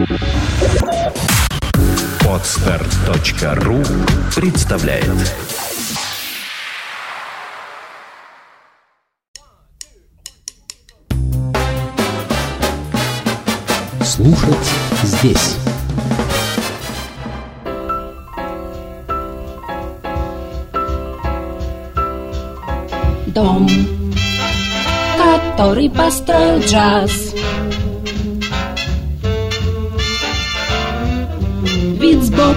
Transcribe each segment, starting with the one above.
Podster.ru представляет. Слушать здесь. Дом, который построил джаз. Вид сбоку.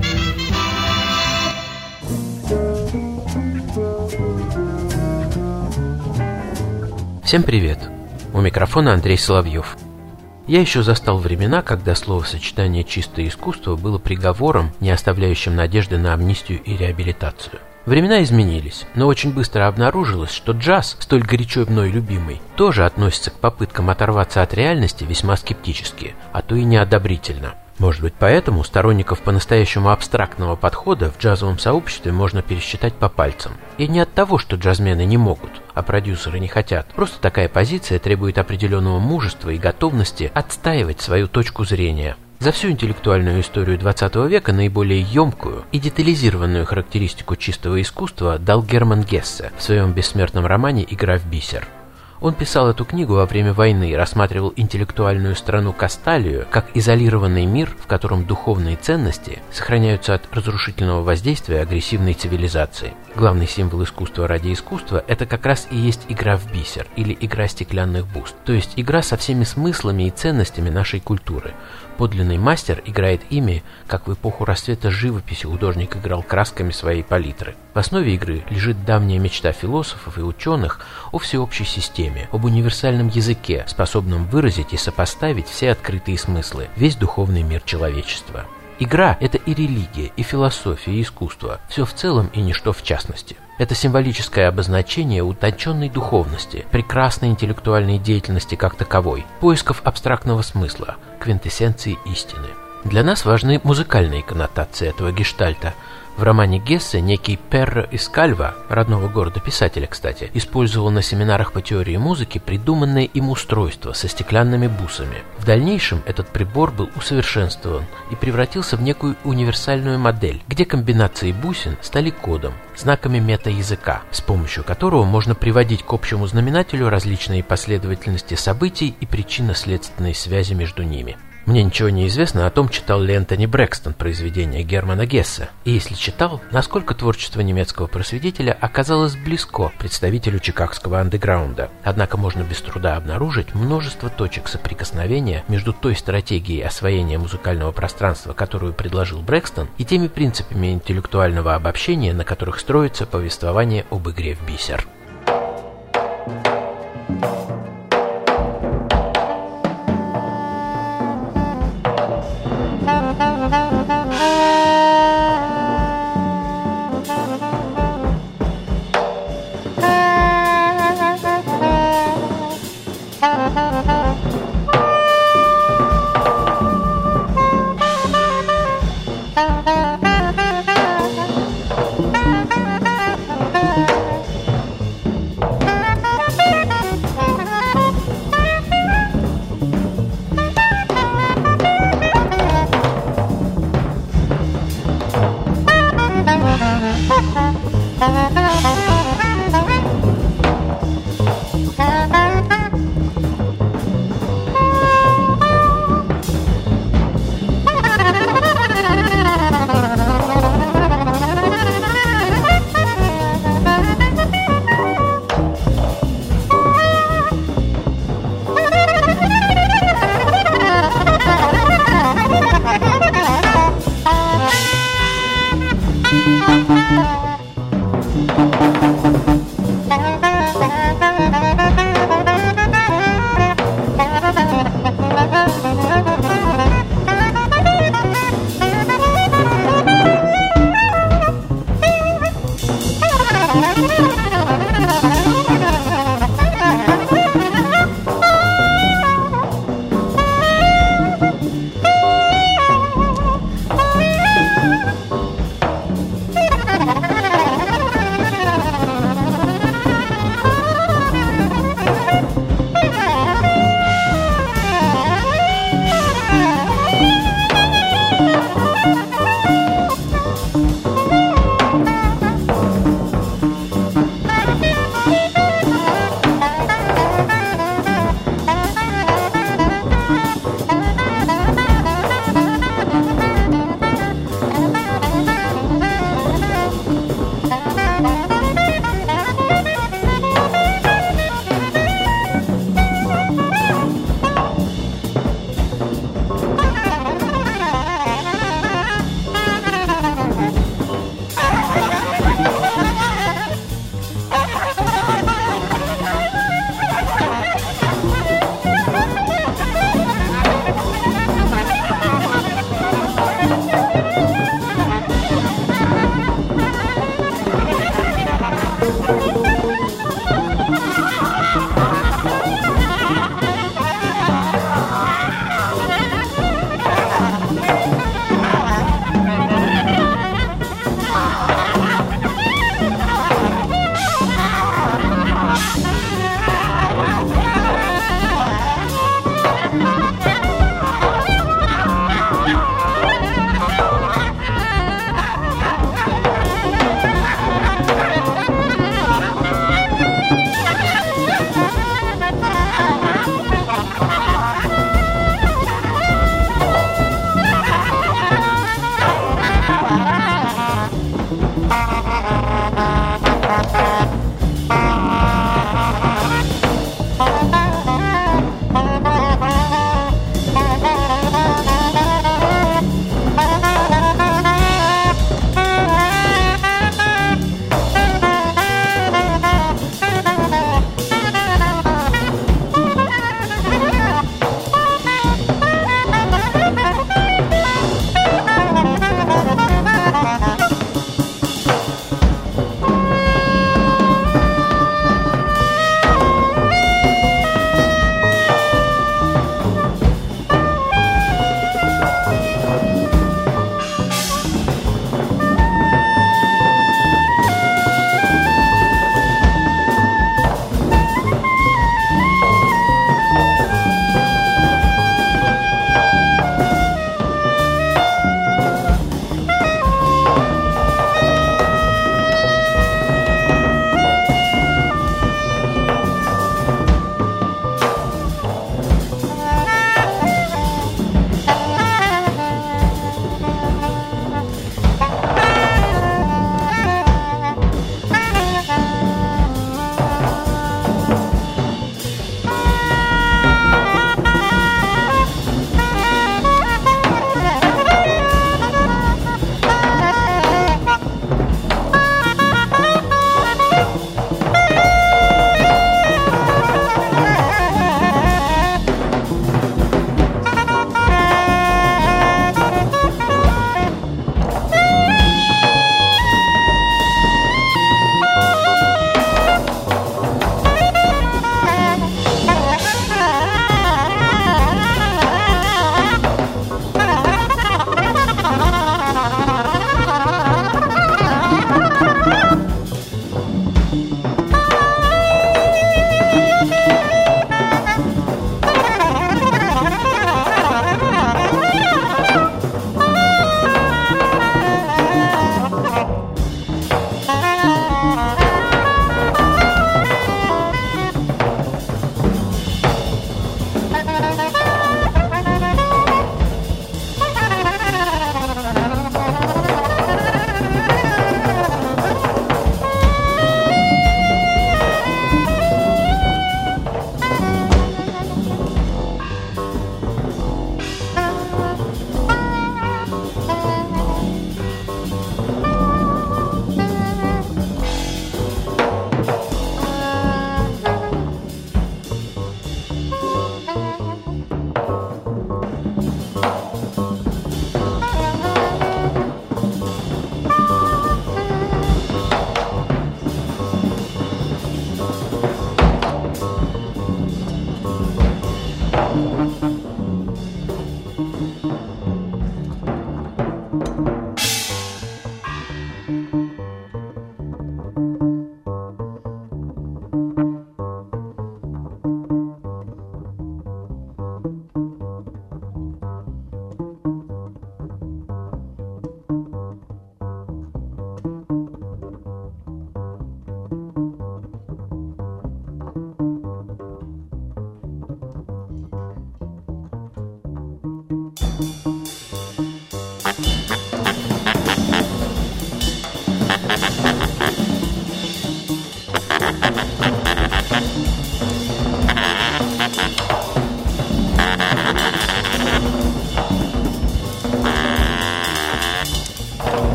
Всем привет! У микрофона Андрей Соловьев. Я еще застал времена, когда словосочетание «чистое искусство» было приговором, не оставляющим надежды на амнистию и реабилитацию. Времена изменились, но очень быстро обнаружилось, что джаз, столь горячо мной любимый, тоже относится к попыткам оторваться от реальности весьма скептически, а то и неодобрительно. Может быть, поэтому сторонников по-настоящему абстрактного подхода в джазовом сообществе можно пересчитать по пальцам. И не от того, что джазмены не могут, а продюсеры не хотят. Просто такая позиция требует определенного мужества и готовности отстаивать свою точку зрения. За всю интеллектуальную историю XX века наиболее емкую и детализированную характеристику чистого искусства дал Герман Гессе в своем бессмертном романе «Игра в бисер». Он писал эту книгу во время войны и рассматривал интеллектуальную страну Касталию как изолированный мир, в котором духовные ценности сохраняются от разрушительного воздействия агрессивной цивилизации. Главный символ искусства ради искусства – это как раз и есть игра в бисер или игра стеклянных буст, то есть игра со всеми смыслами и ценностями нашей культуры. Подлинный мастер играет ими, как в эпоху расцвета живописи художник играл красками своей палитры. В основе игры лежит давняя мечта философов и ученых о всеобщей системе, об универсальном языке, способном выразить и сопоставить все открытые смыслы, весь духовный мир человечества. Игра – это и религия, и философия, и искусство, все в целом и ничто в частности. Это символическое обозначение утонченной духовности, прекрасной интеллектуальной деятельности как таковой, поисков абстрактного смысла, квинтэссенции истины. Для нас важны музыкальные коннотации этого гештальта. В романе Гессе некий Перро из Кальва, родного города писателя, кстати, использовал на семинарах по теории музыки придуманное им устройство со стеклянными бусами. В дальнейшем этот прибор был усовершенствован и превратился в некую универсальную модель, где комбинации бусин стали кодом, знаками мета-языка, с помощью которого можно приводить к общему знаменателю различные последовательности событий и причинно-следственные связи между ними. Мне ничего не известно о том, читал ли Энтони Брэкстон произведения Германа Гессе, и если читал, насколько творчество немецкого просветителя оказалось близко представителю чикагского андеграунда. Однако можно без труда обнаружить множество точек соприкосновения между той стратегией освоения музыкального пространства, которую предложил Брэкстон, и теми принципами интеллектуального обобщения, на которых строится повествование об игре в бисер.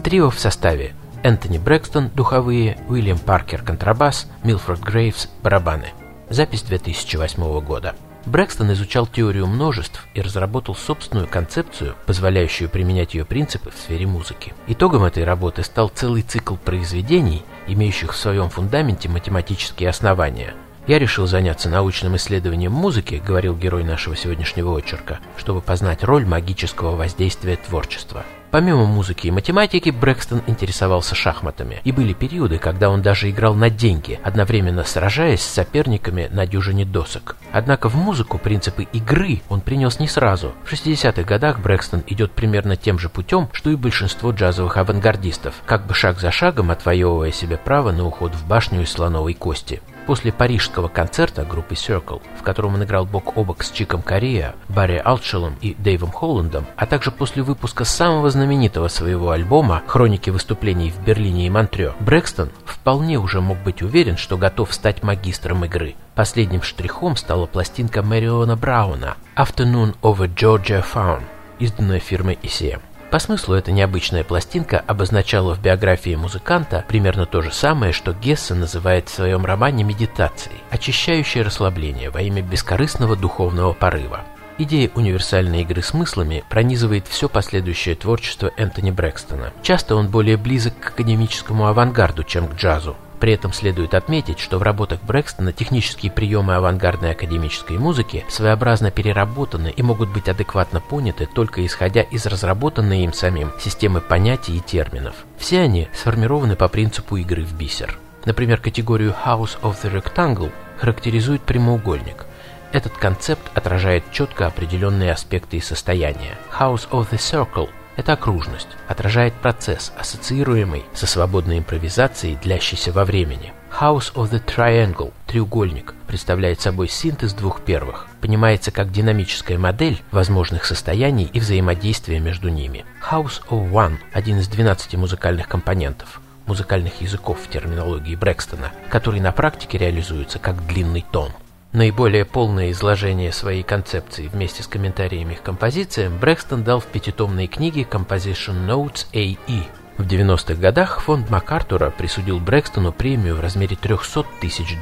Трио в составе: Энтони Брэкстон – духовые, Уильям Паркер – контрабас, Милфорд Грейвс – барабаны. Запись 2008 года. Брэкстон изучал теорию множеств и разработал собственную концепцию, позволяющую применять ее принципы в сфере музыки. Итогом этой работы стал целый цикл произведений, имеющих в своем фундаменте математические основания. «Я решил заняться научным исследованием музыки», — говорил герой нашего сегодняшнего очерка, «чтобы познать роль магического воздействия творчества». Помимо музыки и математики, Брэкстон интересовался шахматами, и были периоды, когда он даже играл на деньги, одновременно сражаясь с соперниками на дюжине досок. Однако в музыку принципы игры он принес не сразу. В 60-х годах Брэкстон идет примерно тем же путем, что и большинство джазовых авангардистов, как бы шаг за шагом отвоевывая себе право на уход в башню из слоновой кости. После парижского концерта группы Circle, в котором он играл бок о бок с Чиком Кориа, Барри Алтшеллом и Дэйвом Холландом, а также после выпуска самого знаменитого своего альбома «Хроники выступлений в Берлине и Монтрео», Брэкстон вполне уже мог быть уверен, что готов стать магистром игры. Последним штрихом стала пластинка Мэриона Брауна «Afternoon over Georgia Faun», изданная фирмой ECM. По смыслу эта необычная пластинка обозначала в биографии музыканта примерно то же самое, что Гессе называет в своем романе медитацией, очищающее расслабление во имя бескорыстного духовного порыва. Идея универсальной игры смыслами пронизывает все последующее творчество Энтони Брэкстона. Часто он более близок к академическому авангарду, чем к джазу. При этом следует отметить, что в работах Брэкстона технические приемы авангардной академической музыки своеобразно переработаны и могут быть адекватно поняты только исходя из разработанной им самим системы понятий и терминов. Все они сформированы по принципу игры в бисер. Например, категорию House of the Rectangle характеризует прямоугольник. Этот концепт отражает четко определенные аспекты и состояния. House of the Circle — это окружность, отражает процесс, ассоциируемый со свободной импровизацией, длящейся во времени. House of the Triangle – треугольник, представляет собой синтез двух первых, понимается как динамическая модель возможных состояний и взаимодействия между ними. House of One – один из 12 музыкальных компонентов, музыкальных языков в терминологии Брэкстона, который на практике реализуется как длинный тон. Наиболее полное изложение своей концепции вместе с комментариями к композициям Брэкстон дал в пятитомной книге Composition Notes A.E. В 90-х годах фонд МакАртура присудил Брэкстону премию в размере $300 тысяч.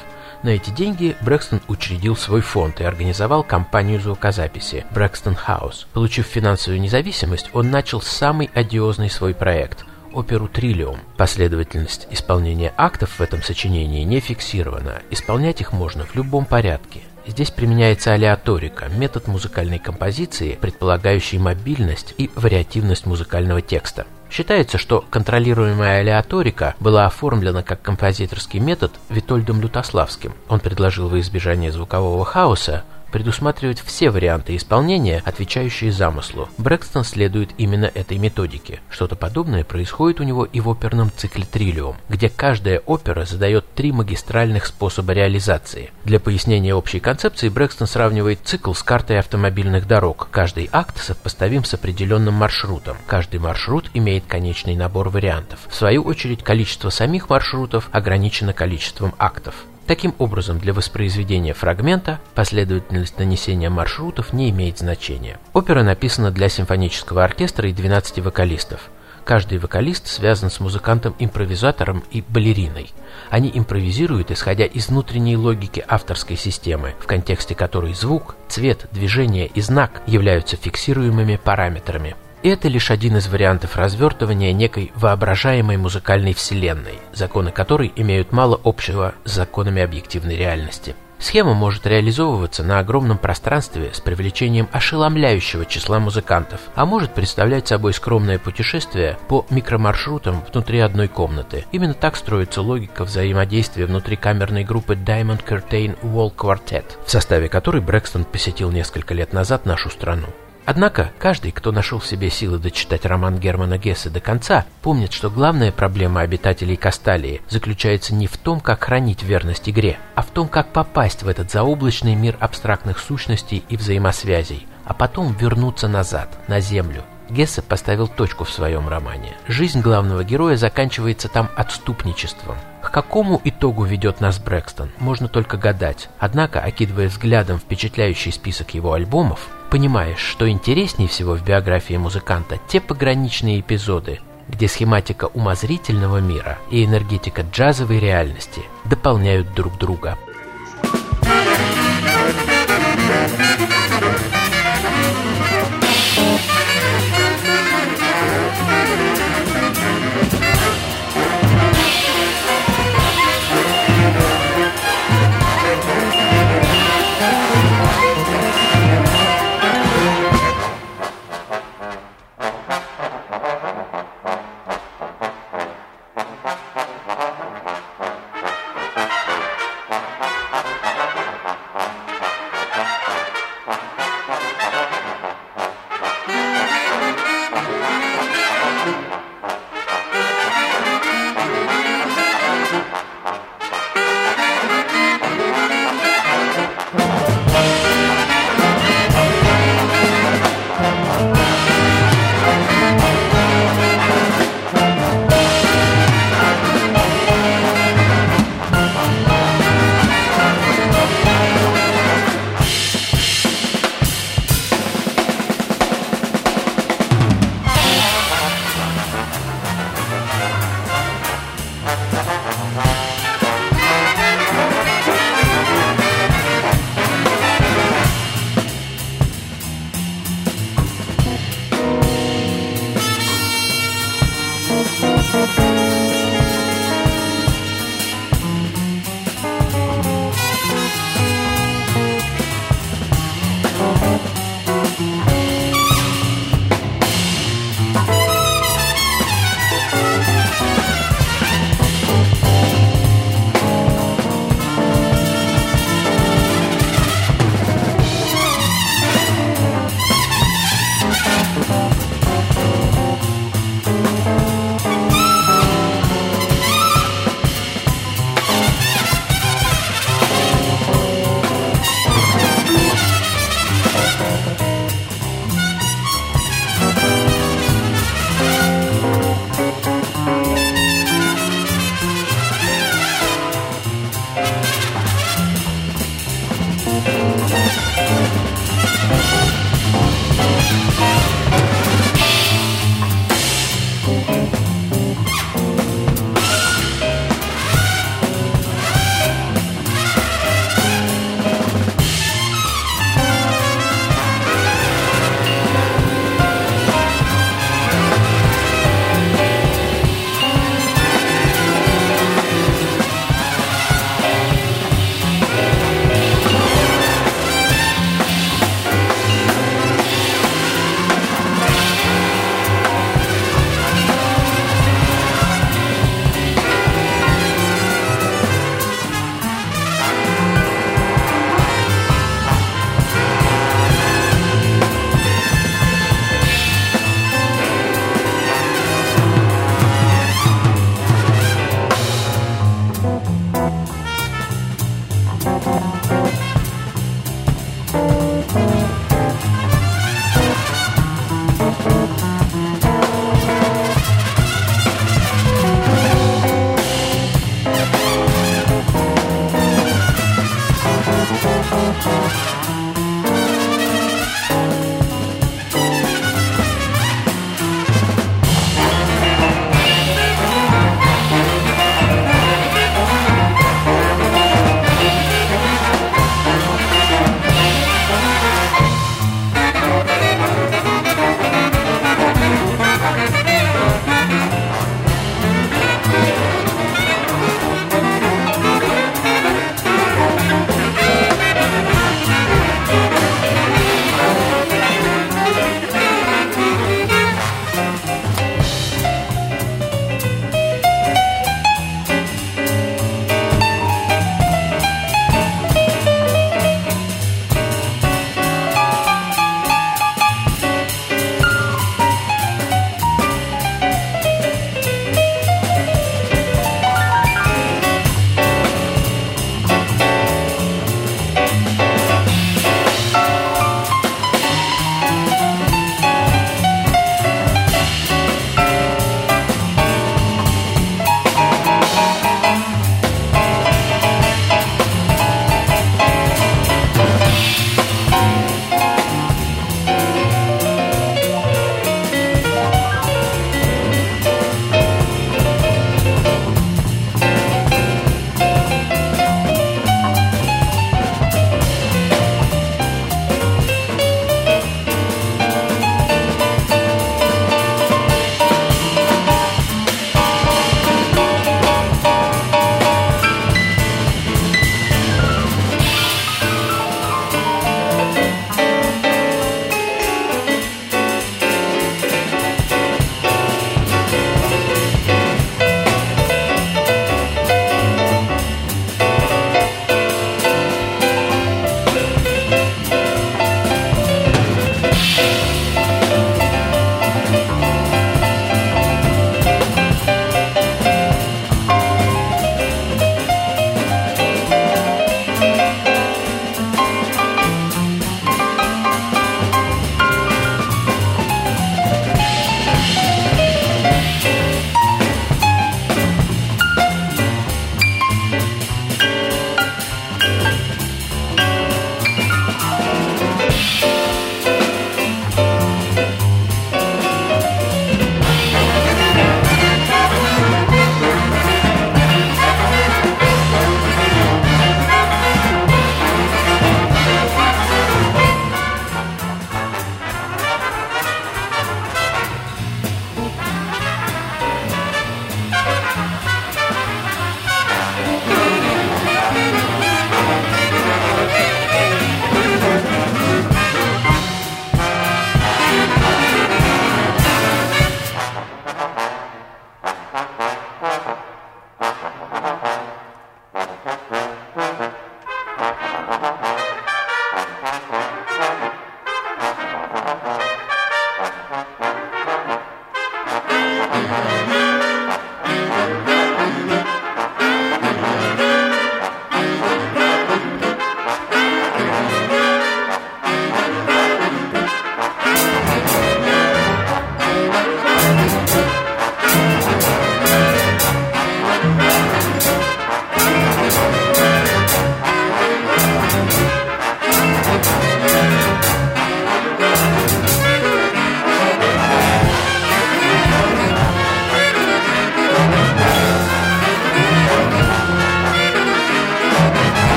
На эти деньги Брэкстон учредил свой фонд и организовал компанию звукозаписи Braxton House. Получив финансовую независимость, он начал самый одиозный свой проект – оперу «Триллиум». Последовательность исполнения актов в этом сочинении не фиксирована, исполнять их можно в любом порядке. Здесь применяется алеаторика, метод музыкальной композиции, предполагающий мобильность и вариативность музыкального текста. Считается, что контролируемая алеаторика была оформлена как композиторский метод Витольдом Лютославским. Он предложил во избежание звукового хаоса предусматривать все варианты исполнения, отвечающие замыслу. Брэкстон следует именно этой методике. Что-то подобное происходит у него и в оперном цикле «Триллиум», где каждая опера задает 3 магистральных способа реализации. Для пояснения общей концепции Брэкстон сравнивает цикл с картой автомобильных дорог. Каждый акт сопоставим с определенным маршрутом. Каждый маршрут имеет конечный набор вариантов. В свою очередь, количество самих маршрутов ограничено количеством актов. Таким образом, для воспроизведения фрагмента последовательность нанесения маршрутов не имеет значения. Опера написана для симфонического оркестра и 12 вокалистов. Каждый вокалист связан с музыкантом-импровизатором и балериной. Они импровизируют, исходя из внутренней логики авторской системы, в контексте которой звук, цвет, движение и знак являются фиксируемыми параметрами. И это лишь один из вариантов развертывания некой воображаемой музыкальной вселенной, законы которой имеют мало общего с законами объективной реальности. Схема может реализовываться на огромном пространстве с привлечением ошеломляющего числа музыкантов, а может представлять собой скромное путешествие по микромаршрутам внутри одной комнаты. Именно так строится логика взаимодействия внутрикамерной группы Diamond Curtain Wall Quartet, в составе которой Брэкстон посетил несколько лет назад нашу страну. Однако, каждый, кто нашел в себе силы дочитать роман Германа Гессе до конца, помнит, что главная проблема обитателей Касталии заключается не в том, как хранить верность игре, а в том, как попасть в этот заоблачный мир абстрактных сущностей и взаимосвязей, а потом вернуться назад, на Землю. Гессе поставил точку в своем романе. Жизнь главного героя заканчивается там отступничеством. К какому итогу ведет нас Брэкстон, можно только гадать. Однако, окидывая взглядом впечатляющий список его альбомов, понимаешь, что интереснее всего в биографии музыканта те пограничные эпизоды, где схематика умозрительного мира и энергетика джазовой реальности дополняют друг друга.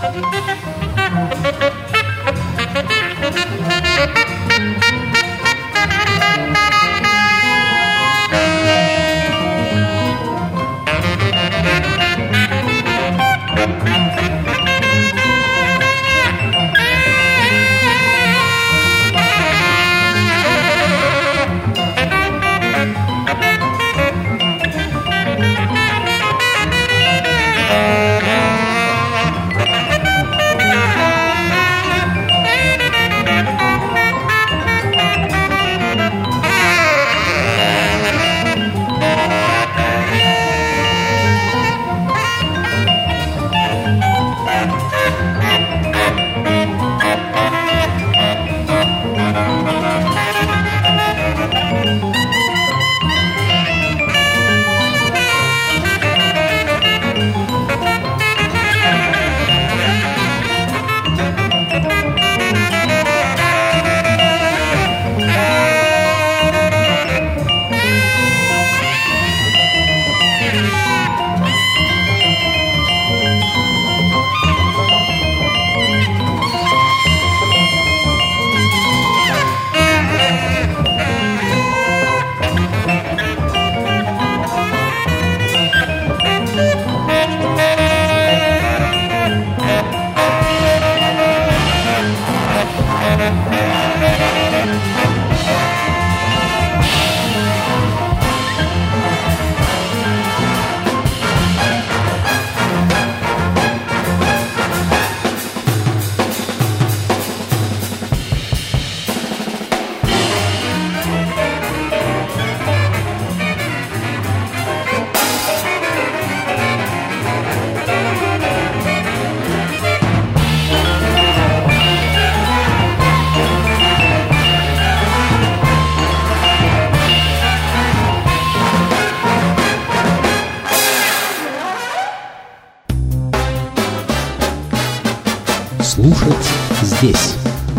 Слушать здесь.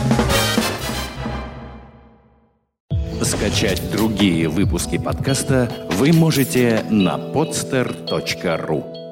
Скачать другие выпуски подкаста вы можете на podster.ru.